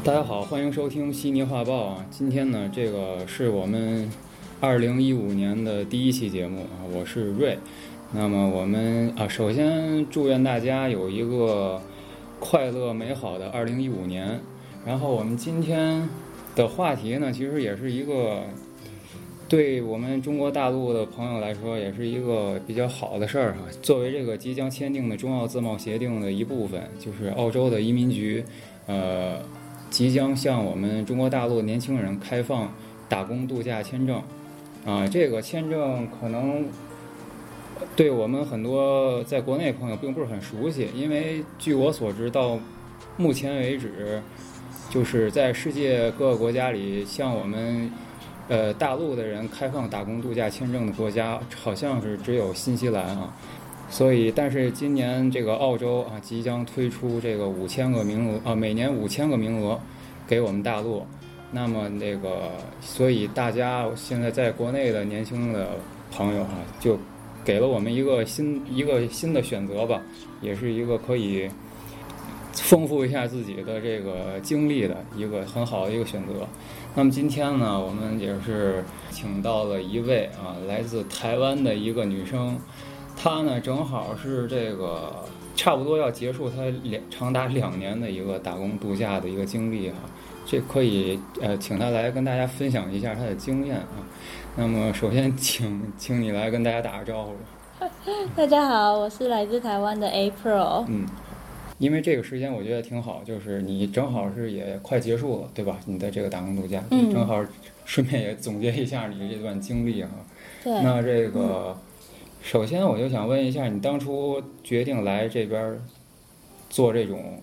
大家好，欢迎收听悉尼画报啊！今天呢，这个是我们2015年的第一期节目啊，我是瑞。那么我们首先祝愿大家有一个快乐美好的2015年。然后我们今天的话题呢，其实也是一个对我们中国大陆的朋友来说，也是一个比较好的事儿哈。作为这个即将签订的中澳自贸协定的一部分，就是澳洲的移民局，即将向我们中国大陆年轻人开放打工度假签证，这个签证可能对我们很多在国内朋友并不是很熟悉，因为据我所知，到目前为止，就是在世界各个国家里，向我们大陆的人开放打工度假签证的国家，好像是只有新西兰啊。所以，但是今年这个澳洲啊，即将推出这个5000个名额每年5000个名额给我们大陆。那么那个，所以大家现在在国内的年轻的朋友啊，就给了我们一个新的选择吧，也是一个可以丰富一下自己的这个经历的一个很好的一个选择。那么今天呢，我们也是请到了一位来自台湾的一个女生。他呢，正好是这个差不多要结束他长达2年的一个打工度假的一个经历哈，这可以请他来跟大家分享一下他的经验啊。那么首先请你来跟大家打个招呼。 大家好，我是来自台湾的 April。 因为这个时间我觉得挺好，就是你正好是也快结束了，对吧？你的这个打工度假，正好顺便也总结一下你这段经历哈。 对。 那这个。首先，我就想问一下，你当初决定来这边做这种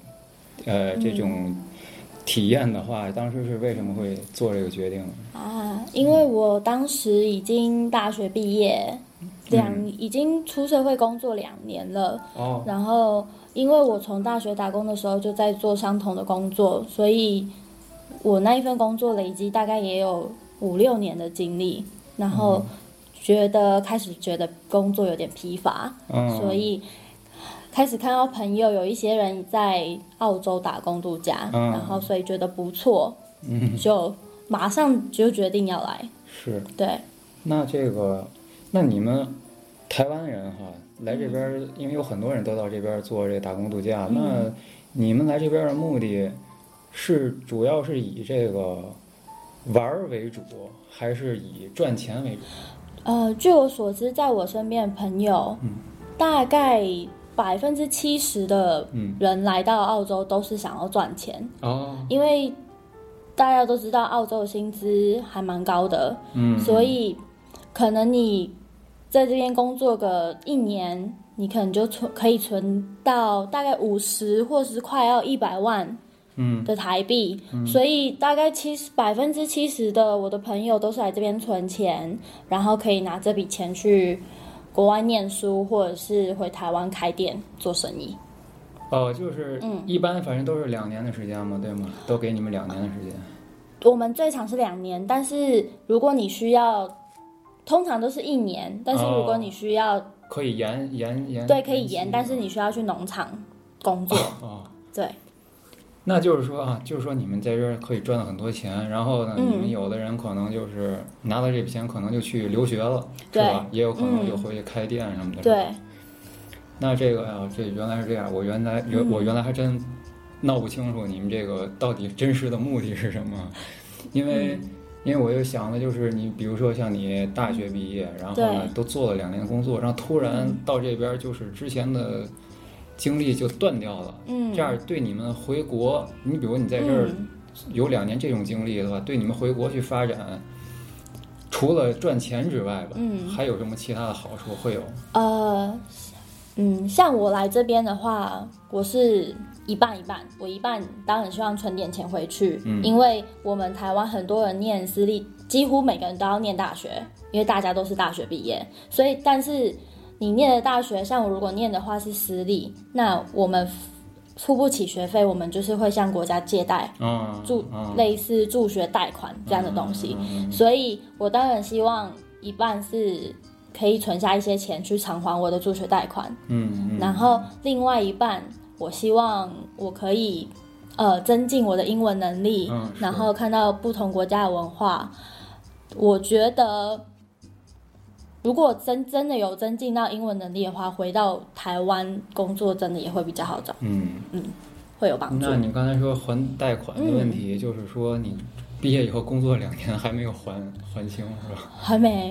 体验的话，当时是为什么会做这个决定因为我当时已经大学毕业，已经出社会工作2年了。然后，因为我从大学打工的时候就在做相同的工作，所以我那一份工作累积大概也有5-6年的经历，然后。开始觉得工作有点疲乏，所以开始看到朋友有一些人在澳洲打工度假，然后所以觉得不错，就马上就决定要来。 是， 对。 那你们台湾人哈来这边，因为有很多人都到这边做这个打工度假，那你们来这边的目的是主要是以这个玩为主，还是以赚钱为主？ 据我所知，在我身边的朋友，大概70%的人来到澳洲都是想要赚钱。因为大家都知道澳洲的薪资还蛮高的，所以可能你在这边工作个1年，你可能就可以存到大概50或是快要100万。的台币，所以大概70%的我的朋友都是来这边存钱，然后可以拿这笔钱去国外念书，或者是回台湾开店做生意。 就是一般反正都是2年的时间嘛，对吗？都给你们2年的时间。 我们最长是2年，但是如果你需要，通常都是1年，但是如果你需要， 可以延， 对，可以延，但是你需要去农场工作。对。 那就是说你们在这儿可以赚到很多钱，然后呢，你们有的人可能就是拿到这笔钱，可能就去留学了，是吧？也有可能就回去开店什么的。 对。 那这原来是这样，我原来还真闹不清楚你们这个到底真实的目的是什么，因为我又想的就是你比如说像你大学毕业，然后呢都做了2年工作，然后突然到这边就是之前的。经历就断掉了，这样对你们回国，你比如你在这儿有2年这种经历的话，对你们回国去发展，除了赚钱之外吧，还有什么其他的好处会有？ 像我来这边的话，我是一半一半，我一半当然希望存点钱回去，因为我们台湾很多人念私立，几乎每个人都要念大学，因为大家都是大学毕业，所以但是。你念的大学，像我如果念的话是私立，那我们付不起学费，我们就是会向国家借贷，类似助学贷款这样的东西。所以我当然希望一半是可以存下一些钱去偿还我的助学贷款，然后另外一半我希望我可以增进我的英文能力，然后看到不同国家的文化。我觉得如果真的有增进到英文能力的话，回到台湾工作真的也会比较好找。会有帮助。 那你刚才说还贷款的问题，就是说你毕业以后工作2年还没有还清是吧？ 还没。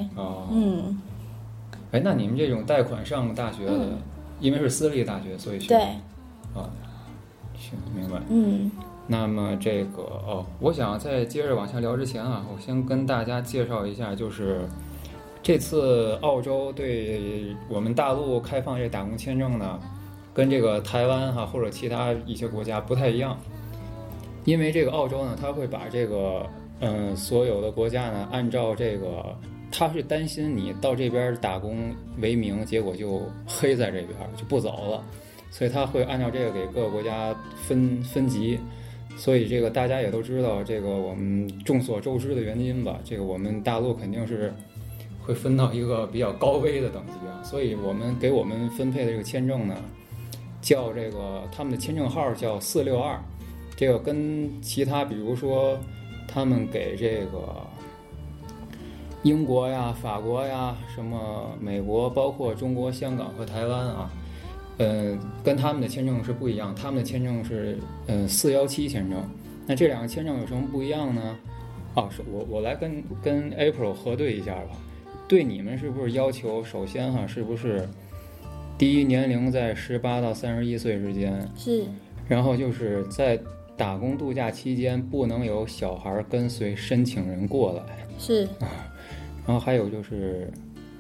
那你们这种贷款上大学的，因为是私立大学，所以对行，明白。那么这个我想在接着往下聊之前啊，我先跟大家介绍一下，就是这次澳洲对我们大陆开放这打工签证呢，跟这个台湾或者其他一些国家不太一样，因为这个澳洲呢，它会把这个所有的国家呢，按照这个，他是担心你到这边打工为名，结果就黑在这边就不走了，所以他会按照这个给各个国家分级。所以这个大家也都知道，这个我们众所周知的原因吧，这个我们大陆肯定是会分到一个比较高危的等级啊，所以给我们分配的这个签证呢，叫这个他们的签证号叫462，这个跟其他比如说他们给这个英国呀、法国呀、什么美国，包括中国香港和台湾啊，跟他们的签证是不一样，他们的签证是417签证。那这两个签证有什么不一样呢？是我来跟 April 核对一下吧。对你们是不是要求首先是不是第一年龄在18到31岁之间？ 是。 然后就是在打工度假期间不能有小孩跟随申请人过来。 是。 然后还有就是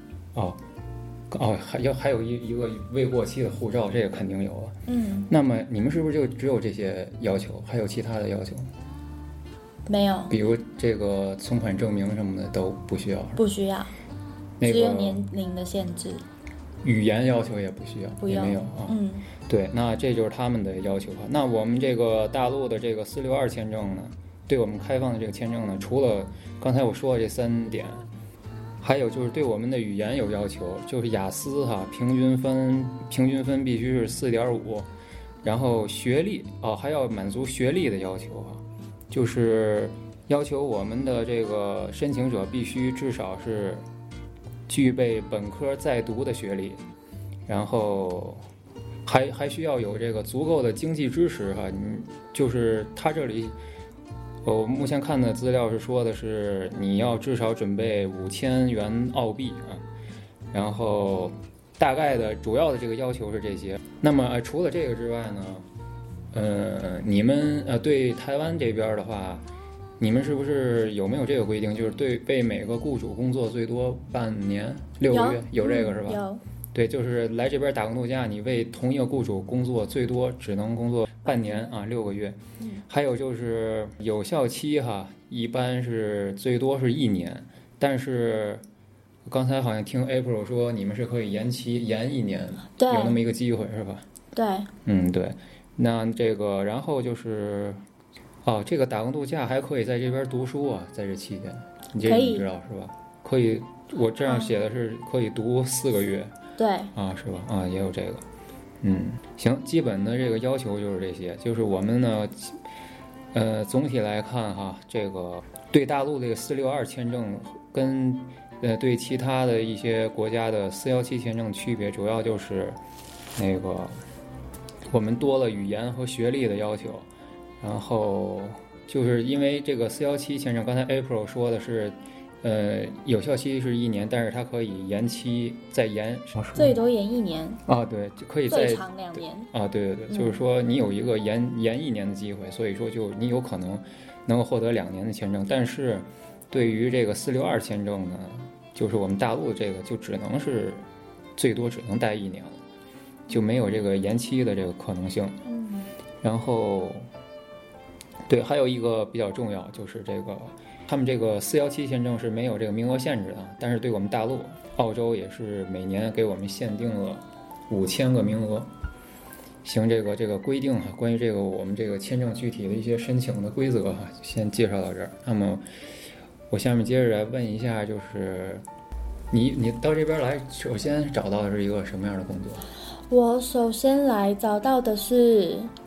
还有一个未过期的护照，这个肯定有啊。那么你们是不是就只有这些要求，还有其他的要求吗？ 没有。 比如这个存款证明什么的都不需要？不需要，只有年龄的限制。 语言要求也不需要？也没有啊。对，那这就是他们的要求啊。那我们这个大陆的这个462签证呢，对我们开放的这个签证呢，除了刚才我说的这3点，还有就是对我们的语言有要求，就是雅思平均分必须是4.5，然后学历还要满足学历的要求就是要求我们的这个申请者必须至少是具备本科在读的学历，然后还需要有这个足够的经济支持就是他这里我目前看的资料是说的是你要至少准备5000元澳币然后大概的主要的这个要求是这些。那么除了这个之外呢，你们对台湾这边的话，你们是不是有没有这个规定，就是为每个雇主工作最多半年6个月？有这个是吧？ 有。 对，就是来这边打工度假，你为同一个雇主工作最多只能工作半年6个月。还有就是有效期一般是最多是1年，但是刚才好像听 April 说你们是可以延1年， 对， 有那么一个机会是吧？ 对。 对。那这个然后就是这个打工度假还可以在这边读书在这期间，你这你知道是吧？可以，我这样写的是可以读4个月。 对是吧？也有这个。行，基本的这个要求就是这些。就是我们呢，总体来看这个对大陆这个462签证跟对其他的一些国家的417签证区别，主要就是那个我们多了语言和学历的要求，然后就是因为这个417签证，刚才 April 说的是。有效期是1年，但是它可以延期再延， 最多延1年对，就可以再最长2年对，就是说你有一个延1年的机会，所以说就你有可能能够获得2年的签证。但是对于这个462签证呢，就是我们大陆这个就最多只能待1年了，就没有这个延期的这个可能性。然后对，还有一个比较重要就是这个。他们这个417签证是没有这个名额限制的，但是对我们大陆澳洲也是每年给我们限定了5000个名额。行，这个规定关于这个我们这个签证具体的一些申请的规则先介绍到这儿。那么我下面接着来问一下，就是你到这边来，首先找到的是一个什么样的工作？ 我首先来找到的是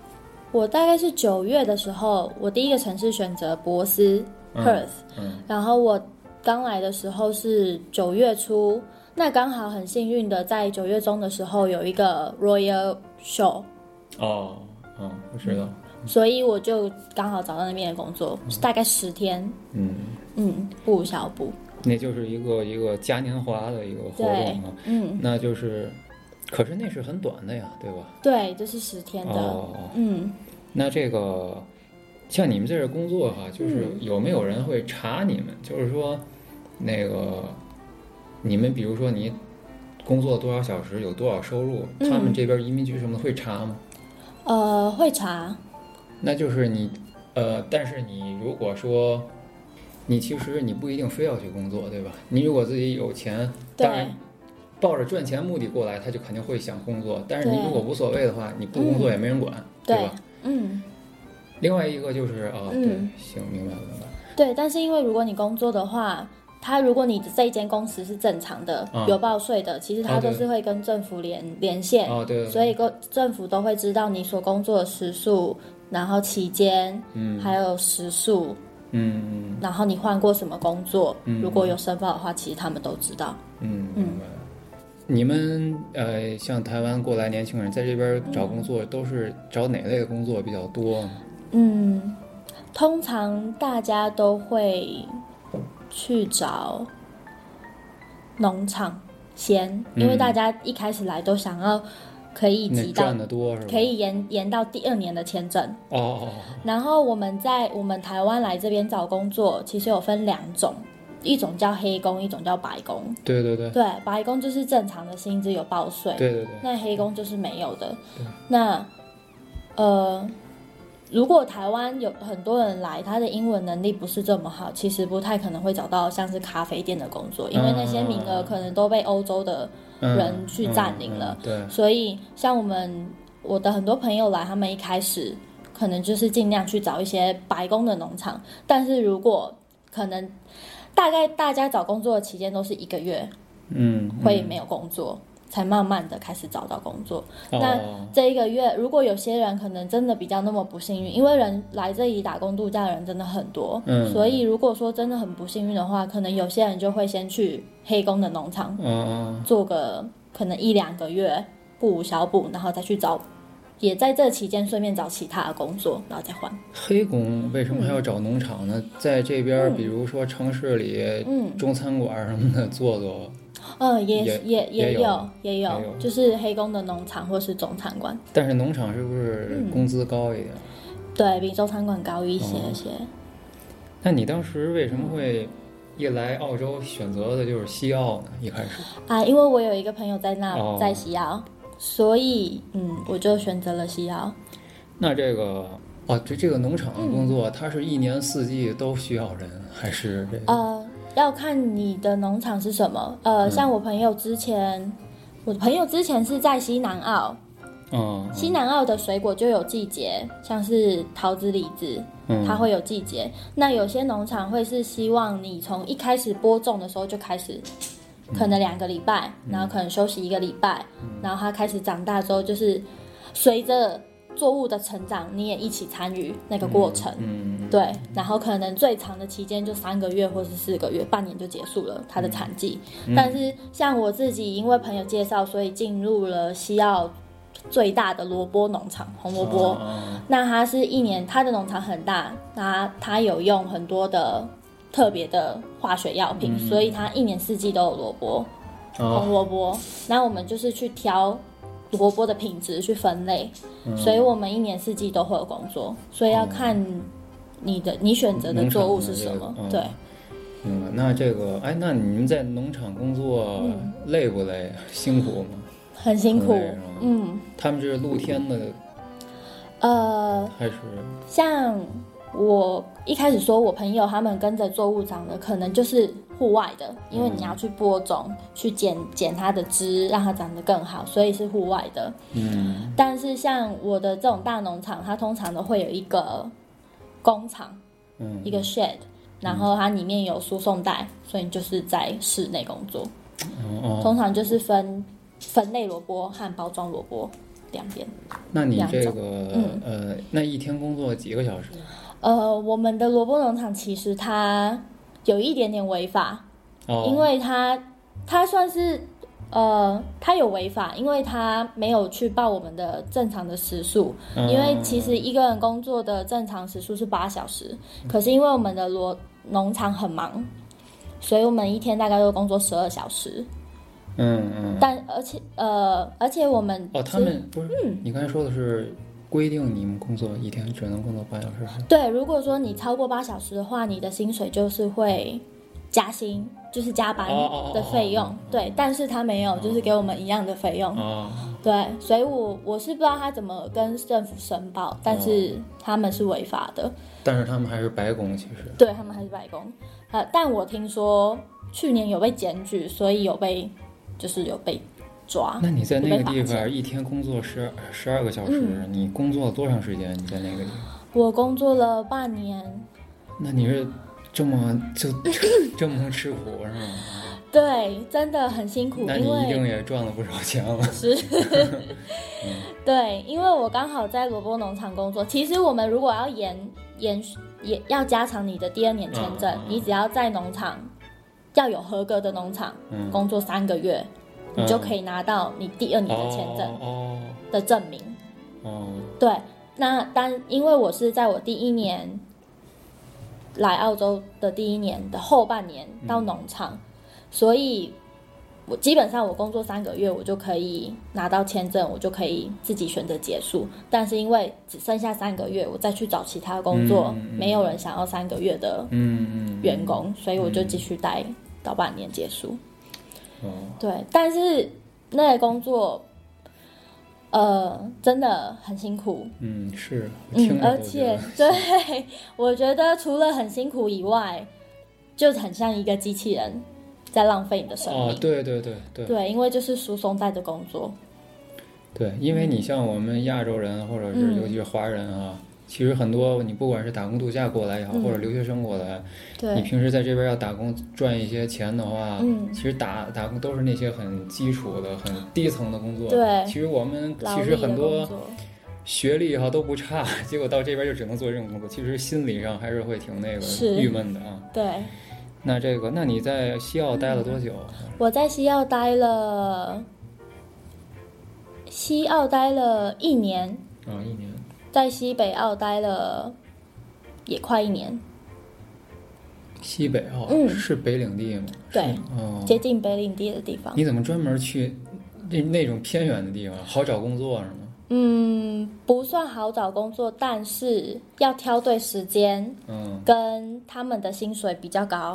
我大概是9月的时候，我第一个城市选择博斯 Perth，然后我刚来的时候是9月初，那刚好很幸运的在9月中的时候有一个 Royal Show。 我知道。 所以我就刚好找到那边的工作，大概10天。不无小补。 那就是一个嘉年华的一个活动啊。那就是。可是那是很短的呀，对吧？ 对，这是10天的。 那这个像你们在这工作哈，就是有没有人会查你们？就是说，那个你们比如说你工作多少小时，有多少收入，他们这边移民局什么的会查吗？ 会查。 那就是你但是你如果说你其实你不一定非要去工作，对吧？你如果自己有钱，当然。抱着赚钱目的过来，他就肯定会想工作。但是你如果无所谓的话，你不工作也没人管，对吧？另外一个就是对，行，明白了。 对，但是因为如果你工作的话，如果你这一间公司是正常的，有报税的，其实它都是会跟政府连线。 对。 所以政府都会知道你所工作的时数，然后期间，还有时数，然后你换过什么工作，如果有申报的话，其实他们都知道。 明白了。你们像台湾过来年轻人在这边找工作，都是找哪类的工作比较多？ 通常大家都会去找农场先，因为大家一开始来都想要可以挤到赚得多是吧？ 可以延到第2年的签证。然后我们台湾来这边找工作，其实有分2种。一种叫黑工，一种叫白工。 对， 白工就是正常的薪资有报税。 对。 那黑工就是没有的。那如果台湾有很多人来，他的英文能力不是这么好，其实不太可能会找到像是咖啡店的工作，因为那些名额可能都被欧洲的人去占领了。 对。所以像我的很多朋友来，他们一开始可能就是尽量去找一些白工的农场，但是如果可能。大概大家找工作的期间都是1个月，会没有工作，才慢慢的开始找到工作。那这1个月，如果有些人可能真的比较那么不幸运，因为人来这里打工度假的人真的很多，所以如果说真的很不幸运的话，可能有些人就会先去黑工的农场，做个可能1-2个月，不无小补，然后再去找。也在这期间顺便找其他的工作，然后再换。 黑工为什么还要找农场呢？在这边，比如说城市里，中餐馆什么的做。 也有，就是黑工的农场或是中餐馆。 但是农场是不是工资高一点？ 对，比中餐馆高一些。 那你当时为什么会一来澳洲选择的就是西澳呢？一开始因为我有一个朋友在那，在西澳。所以，我就选择了西澳。 那这个这个农场的工作，它是1年4季都需要人，还是这个？ 要看你的农场是什么。像我朋友之前是在西南澳。西南澳的水果就有季节，像是桃子、李子，它会有季节。那有些农场会是希望你从一开始播种的时候就开始。可能2个礼拜，然后可能休息1个礼拜，然后它开始长大之后，就是随着作物的成长，你也一起参与那个过程。对，然后可能最长的期间就3个月或是4个月，半年就结束了它的产季。但是像我自己，因为朋友介绍，所以进入了西澳最大的萝卜农场红萝卜。那它是1年，它的农场很大，它有用很多的。特别的化学药品，所以它1年4季都有萝卜，红萝卜。那我们就是去挑萝卜的品质去分类，所以我们1年4季都会有工作，所以要看你选择的作物是什么。对。 那这个那你们在农场工作累不累？辛苦吗？ 很辛苦。 他们是露天的，还是像。我一开始说我朋友他们跟着作物长的可能就是户外的，因为你要去播种，去剪它的枝，让它长得更好，所以是户外的。但是像我的这种大农场，它通常都会有一个工厂，一个 shed， 然后它里面有输送带，所以你就是在室内工作。通常就是分类萝卜和包装萝卜。 两边。 那你这个那一天工作几个小时？ 我们的萝卜农场其实它有一点点违法，因为它算是它有违法，因为它没有去报我们的正常的时数，因为其实一个人工作的正常时数是8小时，可是因为我们的农场很忙，所以我们一天大概都工作12小时。但而且我们他们不是你刚才说的是规定你们工作一天只能工作8小时？ 对，如果说你超过8小时的话，你的薪水就是会加薪，就是加班的费用。对，但是他没有，就是给我们一样的费用。对，所以我是不知道他怎么跟政府申报，但是他们是违法的。 但是他们还是白工，其实。 对，他们还是白工。但我听说去年有被检举，所以有被抓。 那你在那个地方一天工作12个小时，你工作了多长时间？你在那个地方？ 我工作了半年。 那你是这么吃苦是吗？ 对，真的很辛苦。 那你一定也赚了不少钱了。 是。对，因为我刚好在萝卜农场工作。其实我们如果要也要加长你的第2年签证，你只要在农场要有合格的农场工作3个月，你就可以拿到你第2年的签证的证明。对，但因为我是在我第1年来澳洲的第1年的后半年到农场，所以我基本上我工作3个月，我就可以拿到签证，我就可以自己选择结束。但是因为只剩下3个月，我再去找其他工作，没有人想要3个月的员工，所以我就继续待到半年结束。对，但是那个工作真的很辛苦。 是。 而且对，我觉得除了很辛苦以外，就很像一个机器人在浪费你的生命。对，因为就是输送带的工作。 对，因为你像我们亚洲人，或者是尤其是华人啊，其实很多你不管是打工度假过来也好，或者留学生过来，你平时在这边要打工赚一些钱的话，其实打工都是那些很基础的、很低层的工作。 对， 其实我们很多学历哈都不差，结果到这边就只能做这种工作，其实心理上还是会挺那个郁闷的啊。 对。 那你在西澳待了多久？ 我在西澳待了1年。 1年。 在西北澳待了也快1年。 西北澳是北领地吗？ 对，接近北领地的地方。 你怎么专门去那种偏远的地方？好找工作是吗？ 不算好找工作，但是要挑对时间，跟他们的薪水比较高。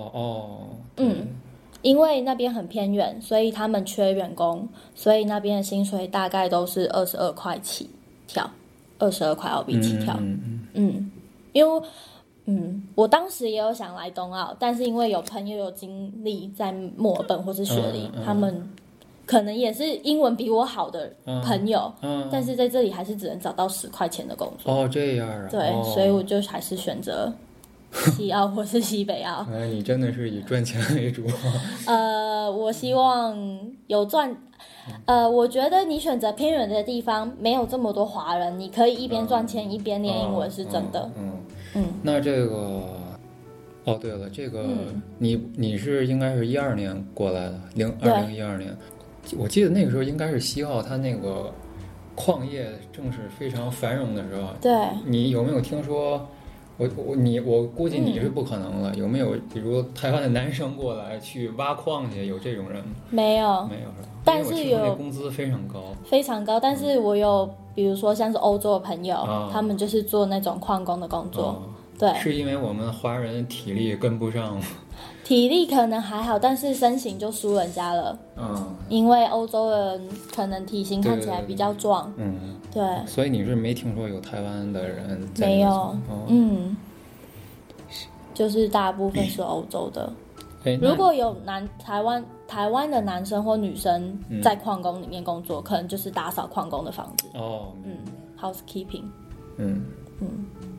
因为那边很偏远，所以他们缺员工，所以那边的薪水大概都是22块起跳，22块澳币起跳。因为我当时也有想来东澳，但是因为有朋友有经历在墨尔本或是雪梨，他们可能也是英文比我好的朋友，但是在这里还是只能找到10块钱的工作。 这样啊。 对，所以我就还是选择西澳或是西北澳。 你真的是以赚钱为主。 我希望有赚。我觉得你选择偏远的地方，没有这么多华人，你可以一边赚钱一边练英文，是真的。 那这个，对了，这个你是应该是12年过来的，2012年。我记得那个时候应该是西澳它那个矿业正是非常繁荣的时候。 对。 你有没有听说？我估计你是不可能了。有没有比如台湾的男生过来去挖矿去？有这种人吗？ 没有是吧？ 但是有工资非常高， 非常高。但是我有比如说像是欧洲的朋友，他们就是做那种矿工的工作。对。 是因为我们华人体力跟不上吗？ 体力可能还好，但是身形就输人家了。因为欧洲人可能体型看起来比较壮。对。 所以你是没听说有台湾的人在？ 没有。就是大部分是欧洲的。如果有台湾的男生或女生在矿工里面工作，可能就是打扫矿工的房子。housekeeping。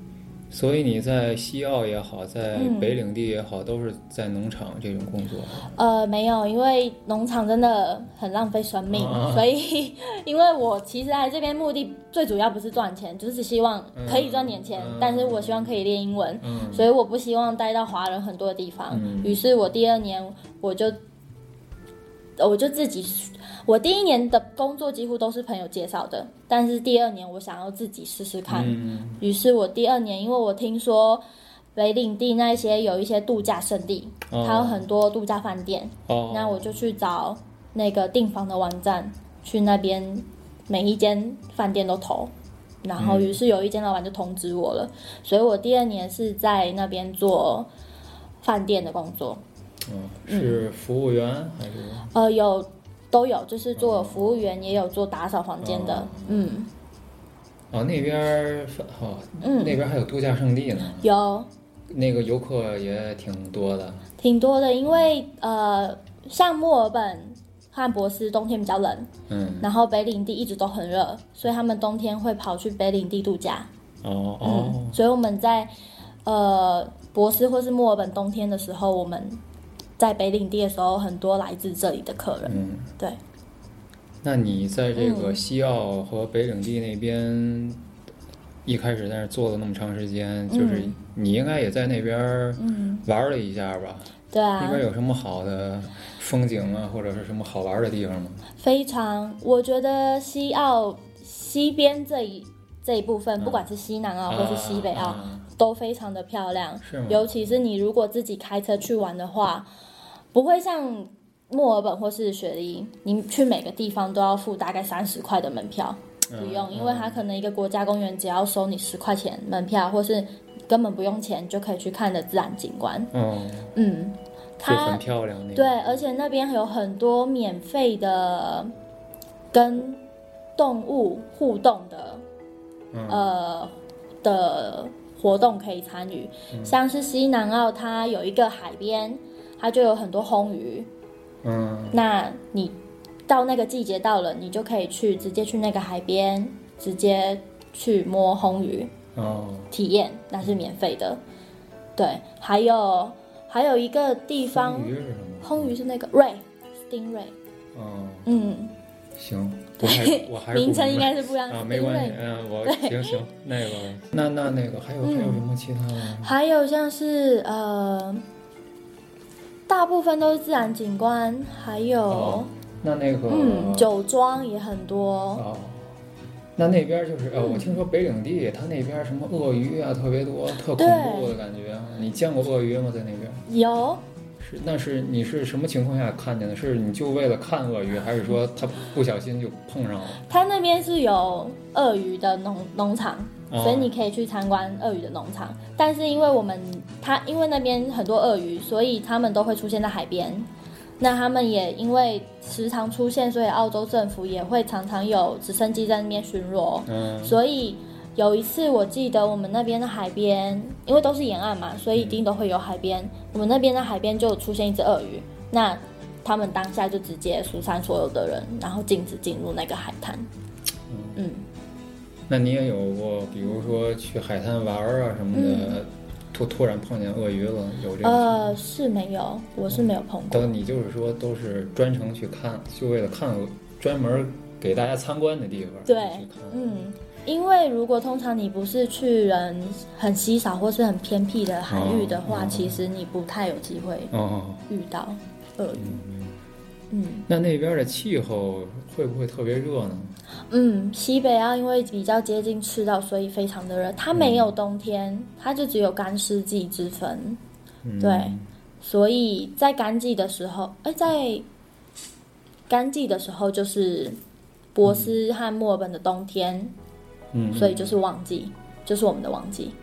所以你在西澳也好，在北领地也好，都是在农场这种工作？ 没有，因为农场真的很浪费生命，所以因为我其实来这边目的最主要不是赚钱，就是希望可以赚点钱，但是我希望可以练英文，所以我不希望待到华人很多的地方。于是我第2年我就自己。我第1年的工作几乎都是朋友介绍的，但是第2年我想要自己试试看。于是我第2年，因为我听说北领地那些有一些度假胜地，还有很多度假饭店，那我就去找那个订房的网站，去那边每一间饭店都投，然后于是有一间老板就通知我了，所以我第2年是在那边做饭店的工作。 是服务员还是？ 都有，就是做服务员，也有做打扫房间的。 那边那边还有度假胜地呢。 有， 那个游客也挺多的。 挺多的，因为像墨尔本和博斯冬天比较冷，然后北领地一直都很热，所以他们冬天会跑去北领地度假。所以我们在博斯或是墨尔本冬天的时候，我们在北领地的时候，很多来自这里的客人。对。 那你在这个西澳和北领地那边，一开始在那做了那么长时间，就是你应该也在那边玩了一下吧？ 对啊。 那边有什么好的风景啊，或者是什么好玩的地方吗？ 非常，我觉得西澳西边这一部分，不管是西南澳或是西北澳，都非常的漂亮。 是吗？ 尤其是你如果自己开车去玩的话，不会像墨尔本或是雪梨，你去每个地方都要付大概30块的门票。不用，因为它可能一个国家公园只要收你10块钱门票，或是根本不用钱就可以去看的自然景观。 它很漂亮。 对，而且那边有很多免费的跟动物互动的活动可以参与，像是西南澳，它有一个海边，它就有很多红鱼。那你到那个季节到了，你就可以直接去那个海边，直接去摸红鱼，体验，那是免费的。对，还有一个地方， 红鱼是什么？ 红鱼是那个 Stingray。 行，我还是名称应该是不一样啊，没关系。行，那个还有什么其他的？ 还有像是大部分都是自然景观，还有那个酒庄也很多。 那边就是我听说北领地它那边什么鳄鱼啊特别多，特恐怖的感觉。你见过鳄鱼吗？在那边？ 有。 你是什么情况下看见的？是你就为了看鳄鱼，还是说它不小心就碰上了？ 它那边是有鳄鱼的农场，所以你可以去参观鳄鱼的农场。但是因为那边很多鳄鱼，所以他们都会出现在海边。那他们也因为时常出现，所以澳洲政府也会常常有直升机在那边巡逻。所以有一次我记得我们那边的海边，因为都是沿岸嘛，所以一定都会有海边。我们那边的海边就出现一只鳄鱼，那他们当下就直接疏散所有的人，然后禁止进入那个海滩。 那你也有过，比如说去海滩玩啊什么的，突然碰见鳄鱼了，有这个？ 是没有，我是没有碰过。 你就是说都是专程去看，就为了看专门给大家参观的地方。 对，因为如果通常你不是去人很稀少或是很偏僻的海域的话，其实你不太有机会遇到鳄鱼。 那边的气候会不会特别热呢？ 西北澳因为比较接近赤道，所以非常的热。它没有冬天，它就只有干湿季之分。对，所以在干季的时候，就是博斯和墨尔本的冬天。所以就是旺季，就是我们的旺季。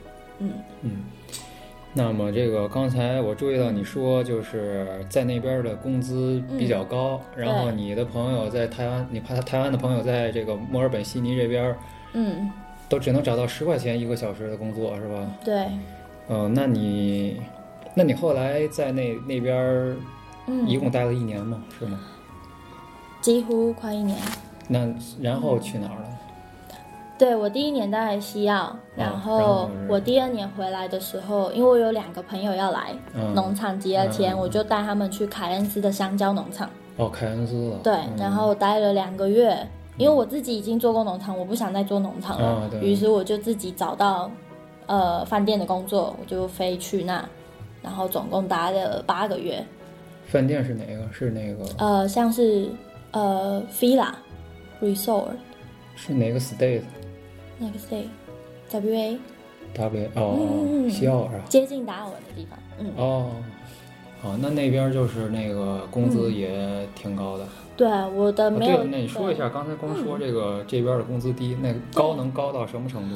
那么这个刚才我注意到你说就是在那边的工资比较高，然后你的朋友在台湾，你台湾的朋友在这个墨尔本悉尼这边，都只能找到10块钱1个小时的工作，是吧？ 对。 那你后来在那边一共待了1年吗？是吗？ 几乎快1年。 那然后去哪儿了？ 对，我第1年在西澳，然后我第2年回来的时候，因为我有2个朋友要来农场集合前，我就带他们去凯恩斯的香蕉农场。 凯恩斯了。 对，然后待了2个月，因为我自己已经做过农场，我不想再做农场了，于是我就自己找到饭店的工作，我就飞去那，然后总共待了8个月。 饭店是哪个？是那个像是Villa Resort。 是哪个 state？ 哪个 state？ WA。 西澳是吧？ 接近达尔文的地方。 那边就是那个工资也挺高的。 对，我的没有。 对，那你说一下，刚才光说这边的工资低，那能高到什么程度？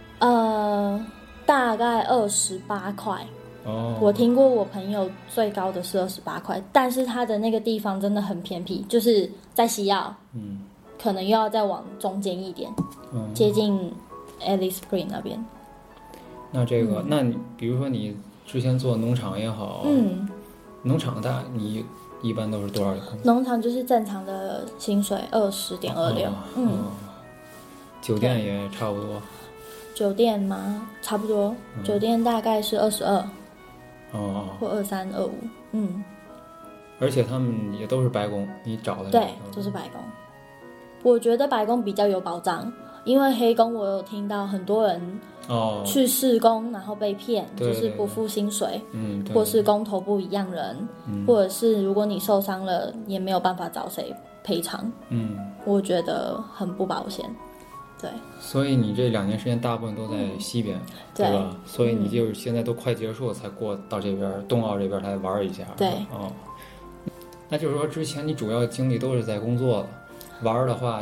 大概28块。我听过我朋友最高的是28块，但是他的那个地方真的很偏僻，就是在西澳，可能又要再往中间一点，接近 Alice Spring 那边。 那那你比如说你之前做农场也好，农场你一般都是多少的工资？ 农场就是正常的薪水20.26。 酒店也差不多。 酒店吗？差不多，酒店大概是22。或23、25。 而且他们也都是白工，你找的。 对，就是白工。我觉得白工比较有保障，因为黑工我有听到很多人去试工然后被骗，就是不付薪水，或是工头不一样人，或者是如果你受伤了也没有办法找谁赔偿。我觉得很不保险。对， 所以你这2年时间大部分都在西边，对吧？所以你就是现在都快结束了才过到这边东澳这边来玩一下。 对， 那就是说之前你主要精力都是在工作了，玩的话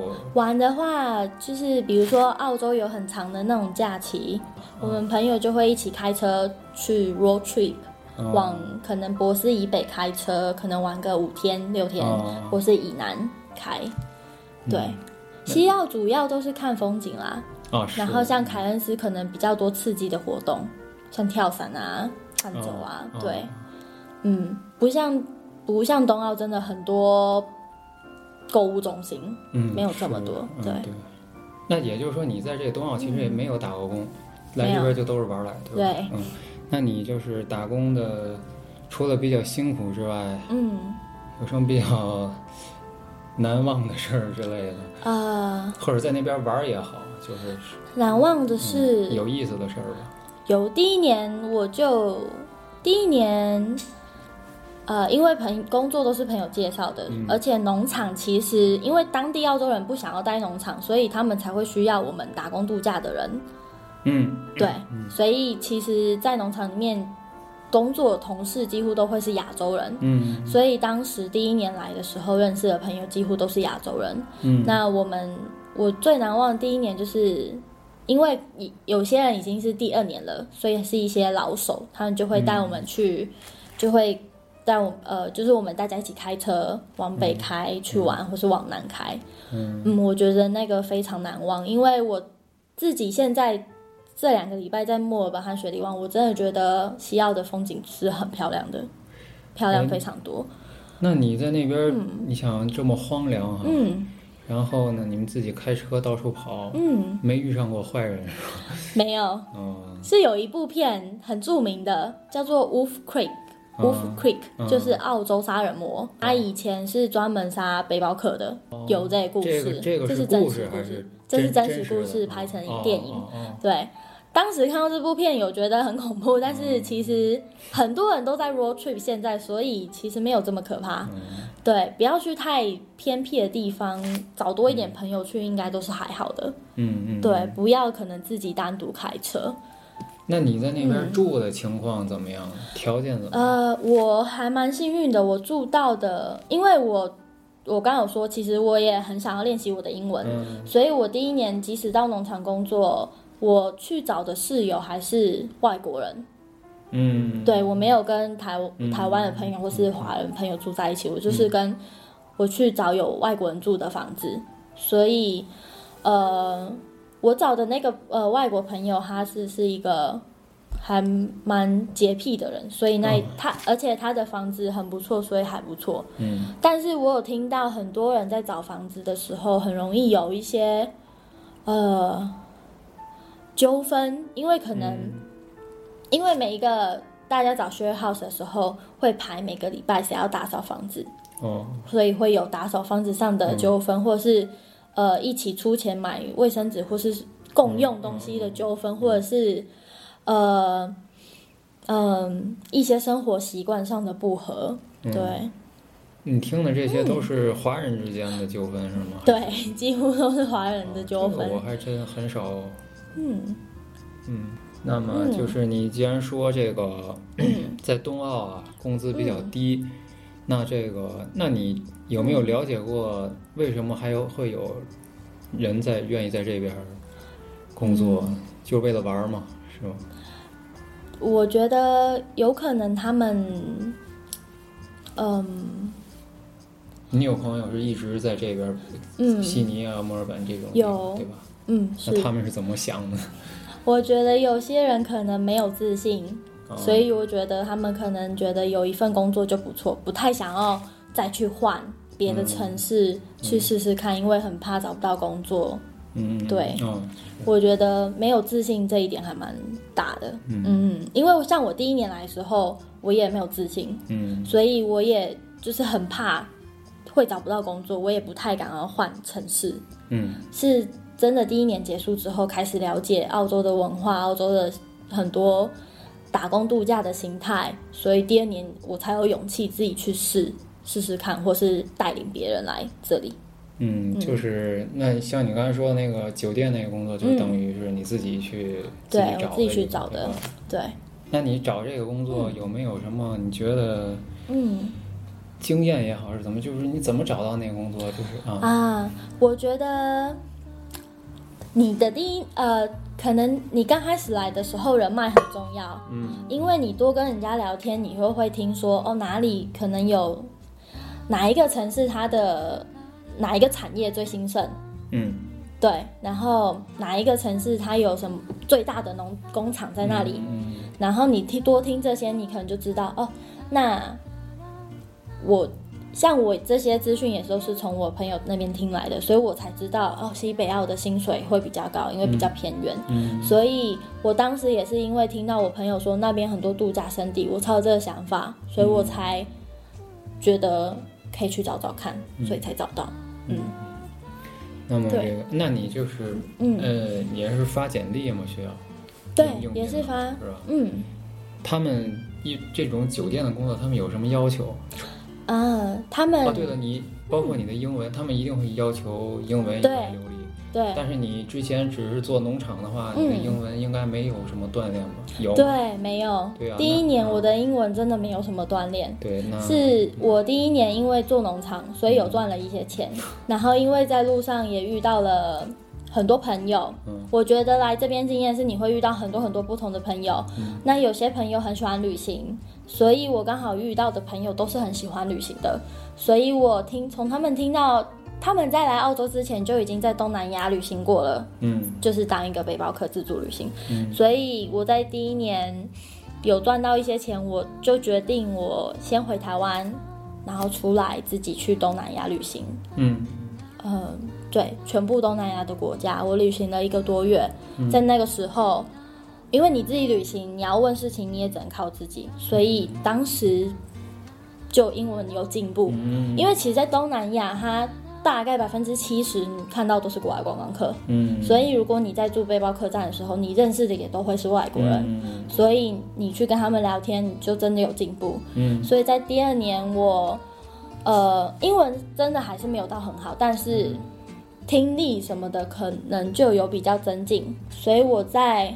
就是比如说澳洲有很长的那种假期，我们朋友就会一起开车去 road trip，往可能博斯以北开车，可能玩个5天6天，或是以南开。对。西澳主要都是看风景啦，然后像凯恩斯可能比较多刺激的活动，像跳伞啊、探走啊，对，不像东澳真的很多购物中心，没有这么多，对。 那也就是说，你在这个东澳其实也没有打过工，来这边就都是玩来，对吧？ 对。 那你就是打工的，除了比较辛苦之外，有什么比较难忘的事儿之类的或者在那边玩也好，就是难忘的是有意思的事儿吧。 有第一年，因为工作都是朋友介绍的，而且农场其实因为当地澳洲人不想要待农场，所以他们才会需要我们打工度假的人。对，所以其实，在农场里面工作的同事几乎都会是亚洲人，所以当时第1年来的时候认识的朋友几乎都是亚洲人。那我最难忘的第1年就是因为有些人已经是第2年了，所以是一些老手，他们就会带我们去，就会带就是我们大家一起开车往北开去玩，或是往南开。我觉得那个非常难忘，因为我自己现在这2个礼拜在墨尔本和雪梨湾，我真的觉得西澳的风景是很漂亮的，漂亮非常多。 那你在那边，你想这么荒凉哈，然后呢，你们自己开车到处跑，没遇上过坏人是吧？ 没有，是有一部片很著名的，叫做 Wolf Creek。Wolf Creek 就是澳洲杀人魔，他以前是专门杀背包客的，有这个故事。 这是真实故事，这是真实故事拍成电影。对，当时看到这部片有觉得很恐怖，但是其实很多人都在 road trip 现在，所以其实没有这么可怕。对，不要去太偏僻的地方，找多一点朋友去，应该都是还好的。对，不要可能自己单独开车。 那你在那边住的情况怎么样？条件怎么样？ 我还蛮幸运的，我住到的，因为我刚刚有说，其实我也很想要练习我的英文，所以我第1年即使到农场工作，我去找的室友还是外国人。对，我没有跟台湾的朋友或是华人朋友住在一起，我就是我去找有外国人住的房子，所以我找的那个外国朋友，他是一个还蛮洁癖的人，所以而且他的房子很不错，所以还不错。但是我有听到很多人在找房子的时候，很容易有一些纠纷，因为可能、因为每一个大家找 share house 的时候会排每个礼拜谁要打扫房子，所以会有打扫房子上的纠纷，或是一起出钱买卫生纸或是共用东西的纠纷，或者是一些生活习惯上的不合。对， 你听的这些都是华人之间的纠纷是吗？ 对，几乎都是华人的纠纷。 这个我还真很少。那么就是你既然说这个在冬奥啊工资比较低，那你有没有了解过为什么会有人愿意在这边工作，就是为了玩吗？是吗？ 我觉得有可能他们， 你有朋友是一直在这边，悉尼啊、墨尔本这种地方，对吧？那他们是怎么想的？ 我觉得有些人可能没有自信，所以我觉得他们可能觉得有一份工作就不错，不太想要再去换别的城市去试试看，因为很怕找不到工作。对，我觉得没有自信这一点还蛮大的。因为像我第一年来的时候，我也没有自信，所以我也就是很怕会找不到工作，我也不太敢要换城市。是真的第一年结束之后，开始了解澳洲的文化，澳洲的很多打工度假的心态，所以第二年我才有勇气自己去试试看，或是带领别人来这里。 就是那像你刚才说的那个酒店那个工作，就等于是你自己去对我自己去找的。对， 那你找这个工作有没有什么你觉得经验也好是怎么，就是你怎么找到那个工作？就是我觉得你的可能你刚开始来的时候人脉很重要，因为你多跟人家聊天，你会听说哪里可能有哪一个城市它的哪一个产业最兴盛，对，然后哪一个城市它有什么最大的工厂在那里，然后你多听这些，你可能就知道那像我这些资讯也都是从我朋友那边听来的，所以我才知道西北澳的薪水会比较高，因为比较偏远。所以我当时也是因为听到我朋友说那边很多度假胜地，我才有这个想法，所以我才觉得可以去找找看，所以才找到。 那么那你就是也是发简历吗？学校？ 对，也是发， 是吧？他们这种酒店的工作，他们有什么要求？ 他们对了，你包括你的英文，他们一定会要求英文要流利。 对， 但是你之前只是做农场的话，你的英文应该没有什么锻炼吧？有？ 对，没有。 对啊， 第一年我的英文真的没有什么锻炼。 对， 是我第一年因为做农场，所以有赚了一些钱，然后因为在路上也遇到了很多朋友。我觉得来这边经验是你会遇到很多很多不同的朋友。那有些朋友很喜欢旅行，所以我刚好遇到的朋友都是很喜欢旅行的，所以我从他们听到他们在来澳洲之前就已经在东南亚旅行过了，就是当一个背包客自助旅行。所以我在第一年有赚到一些钱，我就决定我先回台湾，然后出来自己去东南亚旅行。对，全部东南亚的国家我旅行了1个多月。在那个时候因为你自己旅行，你要问事情你也只能靠自己，所以当时就英文有进步。因为其实在东南亚它大概70%你看到都是国外观光客，所以如果你在住背包客栈的时候，你认识的也都会是外国人，所以你去跟他们聊天，你就真的有进步。所以在第2年我英文真的还是没有到很好，但是听力什么的可能就有比较增进，所以我在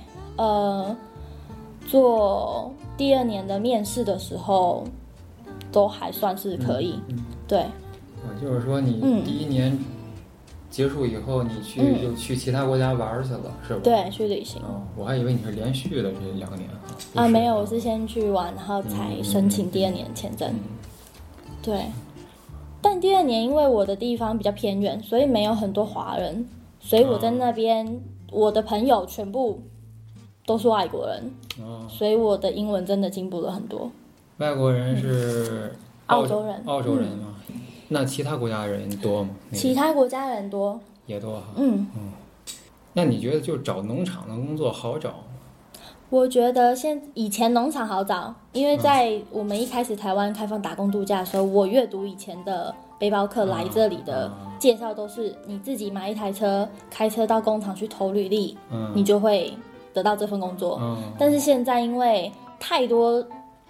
做第2年的面试的时候都还算是可以。对， 就是说你第1年结束以后，你又去其他国家玩去了，是吧？ 对，去旅行。 我还以为你是连续的这2年。 没有，我是先去玩，然后才申请第2年签证。对，但第2年因为我的地方比较偏远，所以没有很多华人，所以我在那边我的朋友全部都是外国人，所以我的英文真的进步了很多。 外国人是澳洲人， 澳洲人吗？那其他国家人多吗？ 其他国家人多， 也多哈。 那你觉得就找农场的工作好找吗？ 我觉得以前农场好找，因为在我们一开始台湾开放打工度假的时候，我阅读以前的背包客来这里的介绍都是你自己买一台车，开车到工厂去投履历，你就会得到这份工作。但是现在因为太多，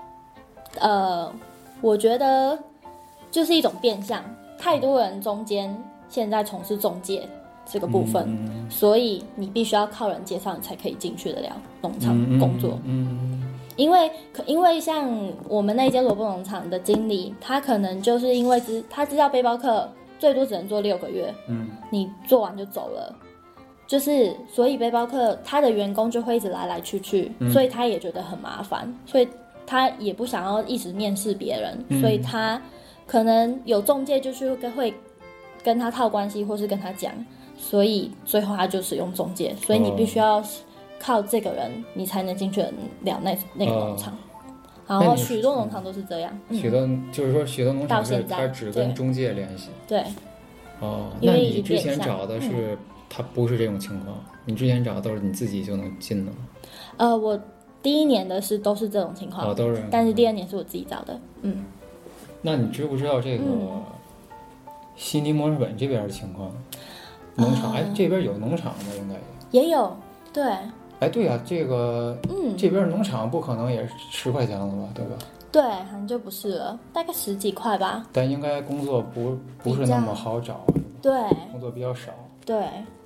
我觉得就是一种变相，太多人中间现在从事中介这个部分，所以你必须要靠人介绍，你才可以进去得了农场工作。因为像我们那间萝卜农场的经理，他可能就是因为他知道背包客最多只能做6个月，你做完就走了，就是所以背包客他的员工就会一直来来去去，所以他也觉得很麻烦，所以他也不想要一直面试别人，所以他可能有中介就是会跟他套关系，或是跟他讲。所以最后他就使用中介，所以你必须要靠这个人，你才能进去了那个农场。然后许多农场都是这样， 许多就是说许多农场是他只跟中介联系。 对。 那你之前找的是他不是这种情况？你之前找的都是你自己就能进的吗？ 我第1年的都是这种情况， 都是。 但是第2年是我自己找的。 那你知不知道这个悉尼、墨尔本这边的情况？农场，这边有农场吗？应该也有，对。 对啊，这个，这边农场不可能也是10块钱了吧，对吧？ 对，好像就不是了，大概10几块吧。 但应该工作不是那么好找， 对， 工作比较少。 对，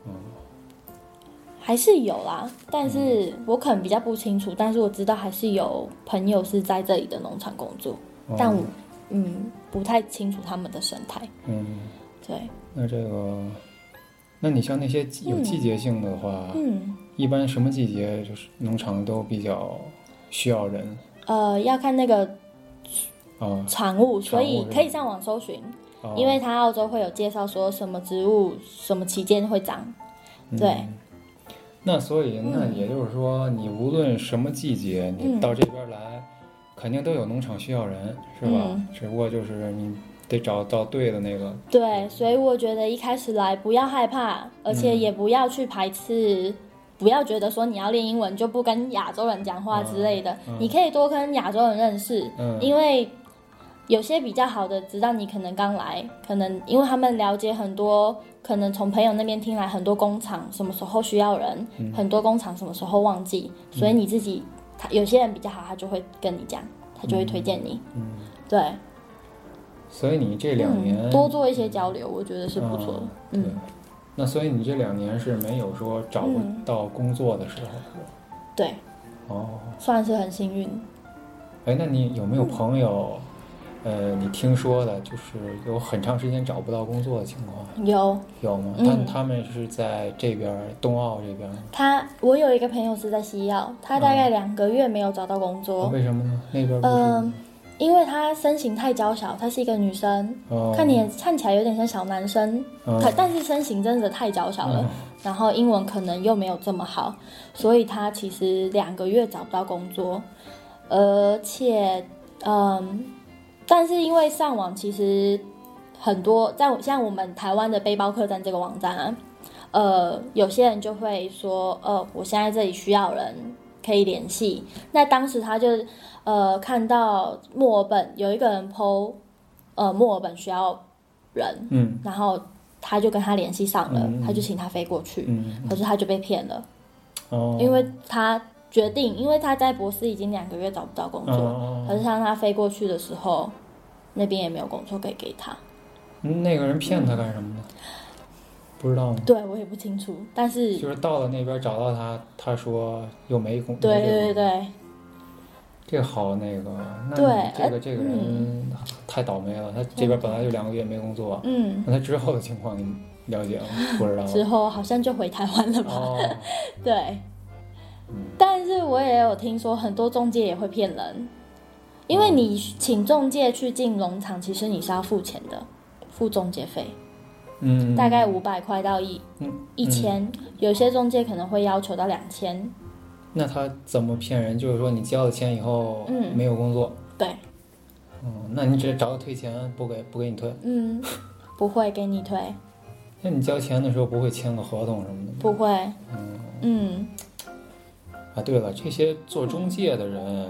还是有啦，但是我可能比较不清楚，但是我知道还是有朋友是在这里的农场工作，但我不太清楚他们的生态。对。 那这个。那你像那些有季节性的话，一般什么季节就是农场都比较需要人？ 要看那个产物，所以可以上网搜寻，因为它澳洲会有介绍说什么植物什么期间会长。对。 那所以那也就是说，你无论什么季节，你到这边来，肯定都有农场需要人，是吧？只不过就是你。得找到对的那个。 对，所以我觉得一开始来不要害怕，而且也不要去排斥，不要觉得说你要练英文就不跟亚洲人讲话之类的，你可以多跟亚洲人认识，因为有些比较好的，直到你可能刚来，可能因为他们了解很多，可能从朋友那边听来很多工厂什么时候需要人，很多工厂什么时候旺季，所以你自己有些人比较好，他就会跟你讲，他就会推荐你。对。 所以你这2年多做一些交流，我觉得是不错的。 那所以你这2年是没有说找不到工作的时候，是吧？ 对。算是很幸运。 那你有没有朋友，你听说的，就是有很长时间找不到工作的情况？有吗？他们是在这边东澳这边。 我有一个朋友是在西澳，他大概2个月没有找到工作。 为什么呢？那边不是。 因为她身形太娇小，她是一个女生，看起来有点像小男生，但是身形真的太娇小了，然后英文可能又没有这么好，所以她其实2个月找不到工作，而且但是因为上网其实很多，像我们台湾的背包客栈这个网站有些人就会说我现在这里需要人可以联系，那当时他就看到墨尔本有一个人 po 墨尔本需要人，然后他就跟他联系上了，他就请他飞过去，可是他就被骗了，因为他决定，因为他在博斯已经2个月找不到工作，可是让他飞过去的时候，那边也没有工作可以给他。 那个人骗他干什么呢？不知道吗？ 对，我也不清楚，但是就是到了那边找到他，他说又没工。 对， 这个好那个，那这个人太倒霉了。他这边本来就2个月没工作，那他之后的情况你了解吗？不知道。 之后好像就回台湾了吧？对。但是我也有听说很多中介也会骗人，因为你请中介去进农场，其实你是要付钱的，付中介费。大概500块到1000，有些中介可能会要求到2000。 那他怎么骗人？就是说你交了钱以后，没有工作。 对。 那你只找他退钱，不给你退。 不会给你退。 那你交钱的时候不会签个合同什么的吗？ 不会。 啊，对了，这些做中介的人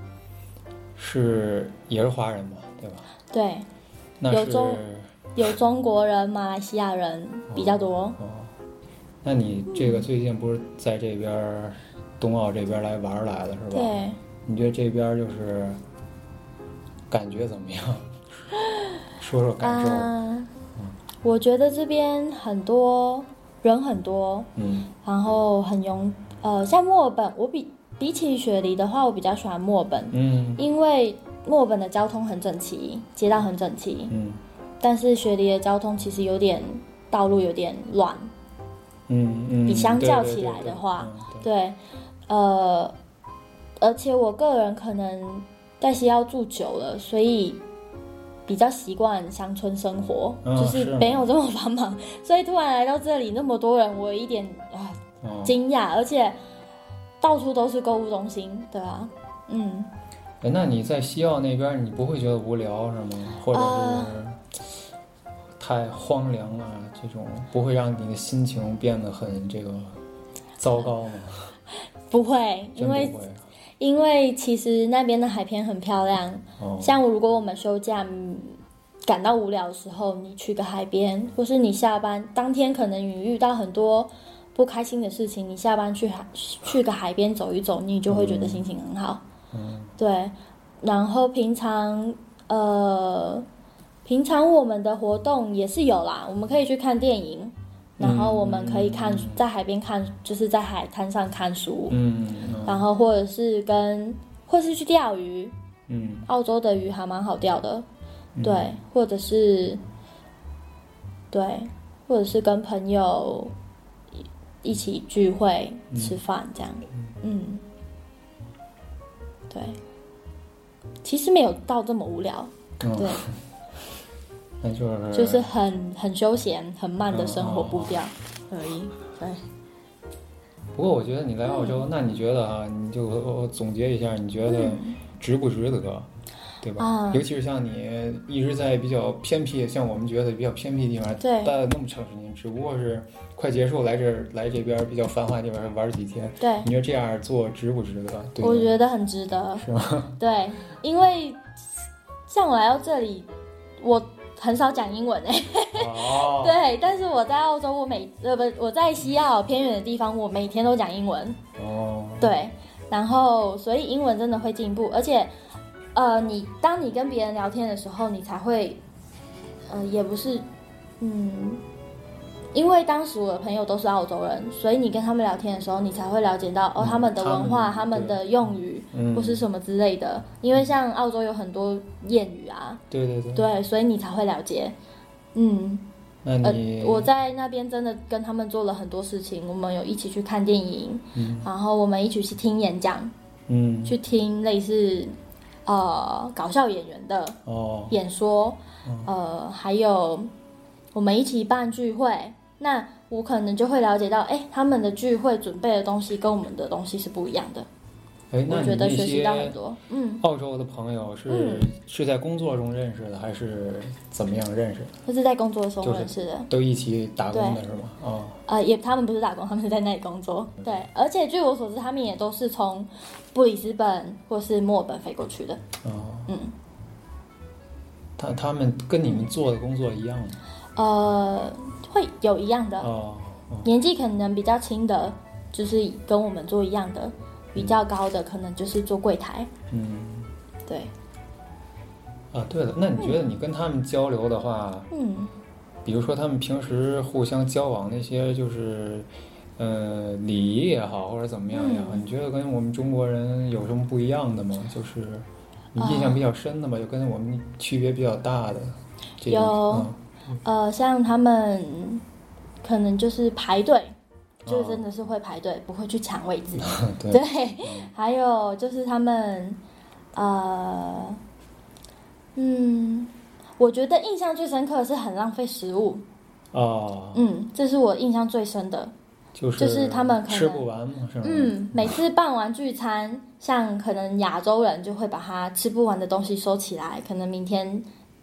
也是华人嘛，对吧？ 对， 那有中国人、马来西亚人比较多。 那你这个最近不是在这边冬奥这边来玩来了是吧？ 对。 你觉得这边就是感觉怎么样？说说感受。 我觉得这边人很多，然后像墨尔本，比起雪梨的话，我比较喜欢墨尔本，因为墨尔本的交通很整齐，街道很整齐，但是雪梨的交通其实道路有点乱，比相较起来的话，对，而且我个人可能在西澳住久了，所以比较习惯乡村生活，就是没有这么繁忙，所以突然来到这里那么多人，我有一点惊讶，而且到处都是购物中心，对啊， 那你在西澳那边，你不会觉得无聊是吗？或者是太荒凉啊，这种不会让你的心情变得很糟糕吗？ 不会，因为其实那边的海边很漂亮，像如果我们休假感到无聊的时候，你去个海边，或是你下班当天可能你遇到很多不开心的事情，你下班去个海边走一走，你就会觉得心情很好。对，然后平常我们的活动也是有啦，我们可以去看电影，然后我们可以在海边看，就是在海滩上看书，然后或者是去钓鱼，澳洲的鱼还蛮好钓的，对，或者是跟朋友一起聚会吃饭这样，对，其实没有到这么无聊，对。 那就是很休闲、很慢的生活步调而已。对。 不过我觉得你来澳洲，那你觉得你就我总结一下，你觉得值不值得，对吧？尤其是像你一直在比较偏僻，像我们觉得比较偏僻的地方待了那么长时间，只不过是快结束来这边比较繁华的地方玩几天。 对。 你觉得这样做值不值得？对， 我觉得很值得。 是吗？ 对，因为像我来到这里，我很少讲英文对，但是我在澳洲，我在西澳偏远的地方，我每天都讲英文。对，然后所以英文真的会进步，而且当你跟别人聊天的时候，你才会也不是因为当时我的朋友都是澳洲人，所以你跟他们聊天的时候，你才会了解到他们的文化、他们的用语或是什么之类的。因为像澳洲有很多谚语啊，对，所以你才会了解。 那你我在那边真的跟他们做了很多事情，我们有一起去看电影，然后我们一起去听演讲，去听类似搞笑演员的演说，还有我们一起办聚会。那我可能就会了解到，他们的聚会准备的东西跟我们的东西是不一样的。 那我觉得学习到很多。 澳洲的朋友是在工作中认识的，还是怎么样认识的？ 就是在工作中认识的， 都一起打工的是吗？ 他们不是打工，他们是在那里工作。对，而且据我所知，他们也都是从布里斯本或是墨尔本飞过去的。 他们跟你们做的工作一样吗？ 会有一样的，年纪可能比较轻的，就是跟我们做一样的，比较高的可能就是做柜台。对。 对了，那你觉得你跟他们交流的话，比如说他们平时互相交往那些就是礼仪也好，或者怎么样也好，你觉得跟我们中国人有什么不一样的吗？就是你印象比较深的吧，就跟我们区别比较大的这种。 像他们可能就是排队，就真的是会排队，不会去抢位置。对，还有就是他们我觉得印象最深刻的是很浪费食物。这是我印象最深的，就是他们可能吃不完嘛，是吗？ 每次办完聚餐，像可能亚洲人就会把他吃不完的东西收起来，可能明天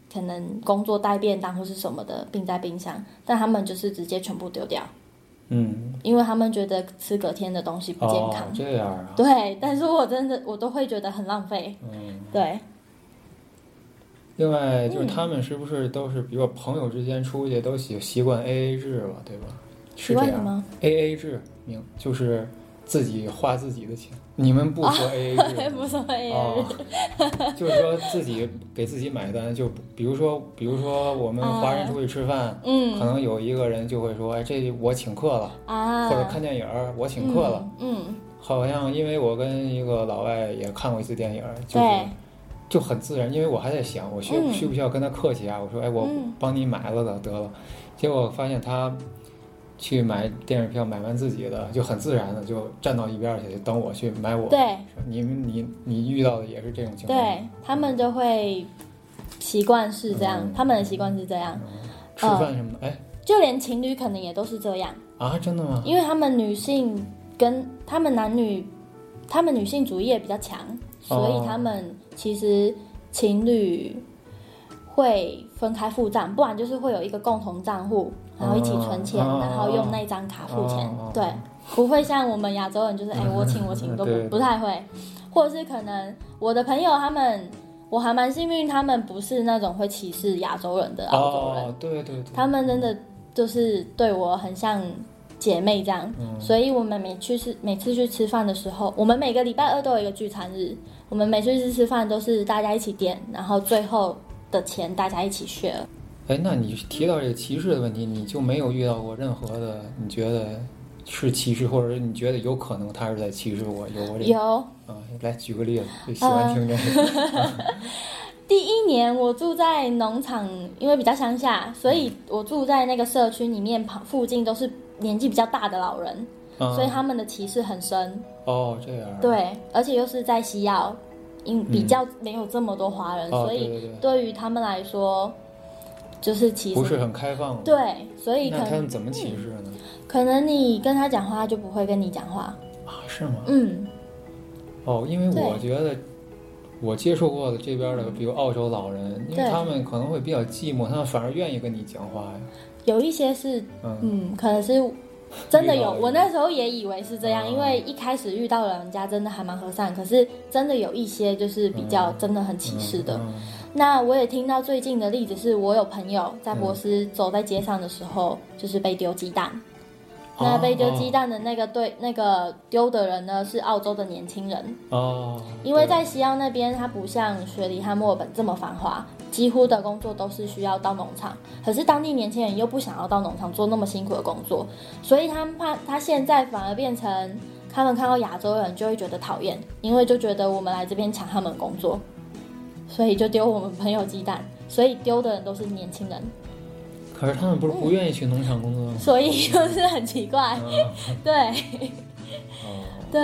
可能工作带便当或是什么的冰在冰箱，但他们就是直接全部丢掉。因为他们觉得吃隔天的东西不健康。 这样啊？ 对，但是我都会觉得很浪费。对。 另外就是他们是不是都是，比如说朋友之间出去都习惯 AA 制了，对吧？ 习惯什么 ？AA 制，就是自己花自己的钱。你们不说 AA 制？ 不说 AA 制。 就是说自己给自己买单。就比如说我们华人出去吃饭，可能有一个人就会说，哎，这我请客了或者看电影我请客了。好像因为我跟一个老外也看过一次电影，就很自然，因为我还在想，我需不需要跟他客气啊？我说，哎，我帮你买了得了。结果发现他去买电影票，买完自己的就很自然的就站到一边去，等我去买我。 对， 你遇到的也是这种情况。 对，他们就会习惯是这样，他们的习惯是这样。 吃饭什么的， 就连情侣可能也都是这样啊？真的吗？ 因为他们女性跟他们男女，他们女性主义也比较强。所以他们其实情侣会分开付账，不然就是会有一个共同账户，然后一起存钱，然后用那张卡付钱。对，不会像我们亚洲人就是我请都不太会，或者是可能我的朋友他们，我还蛮幸运，他们不是那种会歧视亚洲人的澳洲人。 对， 他们真的就是对我很像姐妹这样。所以我们每次去吃饭的时候，我们每个礼拜2都有一个聚餐日。我们每次吃饭都是大家一起点，然后最后的钱大家一起 share。 那你提到这个歧视的问题，你就没有遇到过任何的你觉得是歧视，或者是你觉得有可能他是在歧视我？有来举个例子，就喜欢听这个。 第1年我住在农场，因为比较乡下，所以我住在那个社区里面，附近都是年纪比较大的老人。所以他们的歧视很深。 这样。 对，而且又是在西澳，比较没有这么多华人，所以对于他们来说，就是歧视不是很开放。 对，所以那他们怎么歧视呢？ 可能你跟他讲话，他就不会跟你讲话。 是吗？因为我觉得我接触过的这边的，比如澳洲老人，因为他们可能会比较寂寞，他们反而愿意跟你讲话呀。 有一些是，可能是。真的有，我那时候也以为是这样，因为一开始遇到了人家真的还蛮和善，可是真的有一些就是比较真的很歧视的。那我也听到最近的例子是，我有朋友在博斯走在街上的时候，就是被丢鸡蛋。那被丢鸡蛋的那个丢的人呢，是澳洲的年轻人。因为在西澳那边，它不像雪梨和墨尔本这么繁华，几乎的工作都是需要到农场。可是当地年轻人又不想要到农场做那么辛苦的工作，所以他现在反而变成他们看到亚洲人就会觉得讨厌，因为就觉得我们来这边抢他们工作，所以就丢我们朋友鸡蛋。所以丢的人都是年轻人。 可是他们不是不愿意去农场工作吗？ 所以就是很奇怪。对。对。